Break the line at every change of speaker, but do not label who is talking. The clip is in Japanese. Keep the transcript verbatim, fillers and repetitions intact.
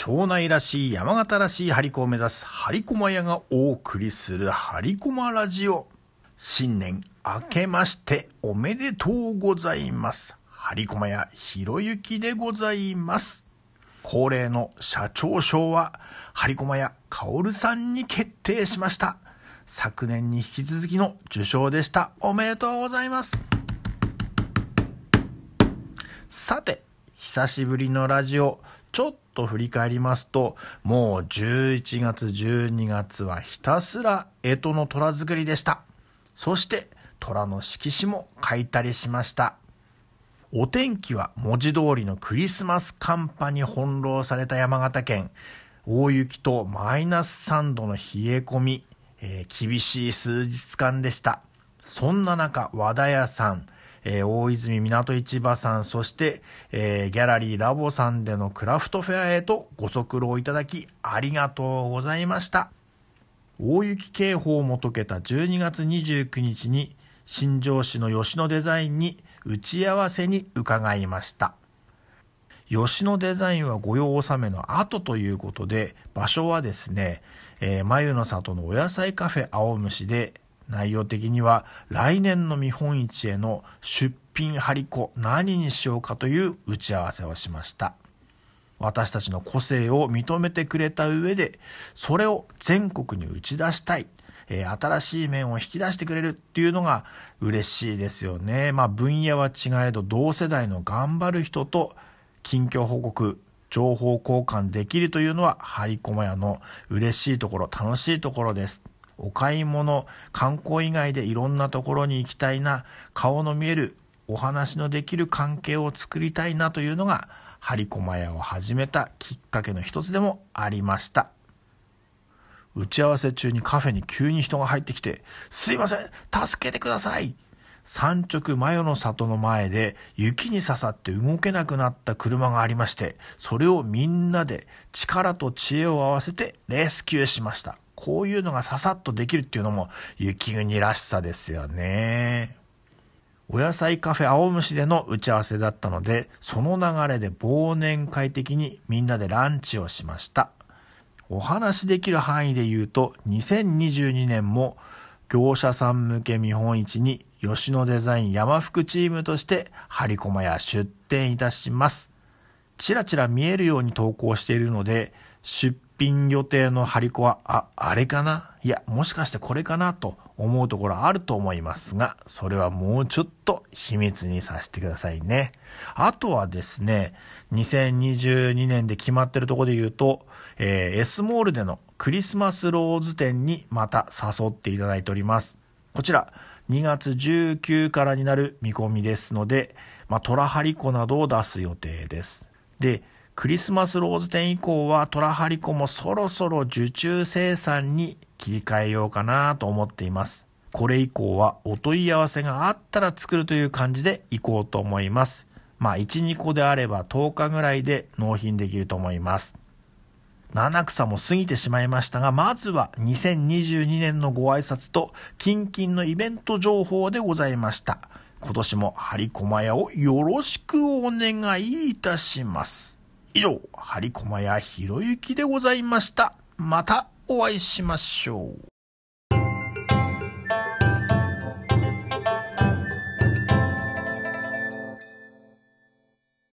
庄内らしい山形らしい張り子を目指す張り駒屋がお送りする張り駒ラジオ。新年明けましておめでとうございます。張り駒屋ひろゆきでございます。恒例の社長賞は張り駒屋かおるさんに決定しました。昨年に引き続きの受賞でした。おめでとうございます。さて、久しぶりのラジオ、ちょっと振り返りますと、もうじゅういちがつじゅうにがつはひたすら干支の虎作りでした。そして虎の色紙も書いたりしました。お天気は文字通りのクリスマス寒波に翻弄された山形県。大雪とマイナスさんどの冷え込み、えー、厳しい数日間でした。そんな中、和田屋さん、えー、大泉港市場さん、そして、えー、ギャラリーラボさんでのクラフトフェアへとご足労いただきありがとうございました。大雪警報も解けたじゅうにがつにじゅうくにちに新庄市の吉野デザインに打ち合わせに伺いました。吉野デザインは御用納めの後ということで、場所はですね、えー、眉の里のお野菜カフェ青虫で、内容的には来年の見本市への出品張り子何にしようかという打ち合わせをしました。私たちの個性を認めてくれた上で、それを全国に打ち出したい、えー、新しい面を引き出してくれるっていうのが嬉しいですよね。まあ分野は違えど同世代の頑張る人と近況報告、情報交換できるというのは張り駒屋の嬉しいところ、楽しいところです。お買い物、観光以外でいろんなところに行きたいな、顔の見える、お話のできる関係を作りたいなというのが張り駒屋を始めたきっかけの一つでもありました。打ち合わせ中にカフェに急に人が入ってきて、すいません、助けてください。山直マヨの里の前で雪に刺さって動けなくなった車がありまして、それをみんなで力と知恵を合わせてレスキューしました。こういうのがささっとできるっていうのも雪国らしさですよね。お野菜カフェ青虫での打ち合わせだったので、その流れで忘年会的にみんなでランチをしました。お話できる範囲で言うと、にせんにじゅうにねんも業者さん向け見本市に吉野デザイン山福チームとして張り駒屋出展いたします。ちらちら見えるように投稿しているので、出品予定の張り子は、あ、あれかないや、もしかしてこれかなと思うところあると思いますが、それはもうちょっと秘密にさせてくださいね。あとはですね、にせんにじゅうにねんで決まってるところで言うと、えー、S モールでのクリスマスローズ展にまた誘っていただいております。こちら、にがつじゅうくにちからになる見込みですので、まあ、虎張り子などを出す予定です。で、クリスマスローズ展以降は虎張り子もそろそろ受注生産に切り替えようかなと思っています。これ以降はお問い合わせがあったら作るという感じでいこうと思います。まあいち、にこであればとおかぐらいで納品できると思います。七草も過ぎてしまいましたが、まずはにせんにじゅうにねんのご挨拶と近々のイベント情報でございました。今年も張り駒屋をよろしくお願いいたします。以上、張り駒屋ひろゆきでございました。またお会いしましょう。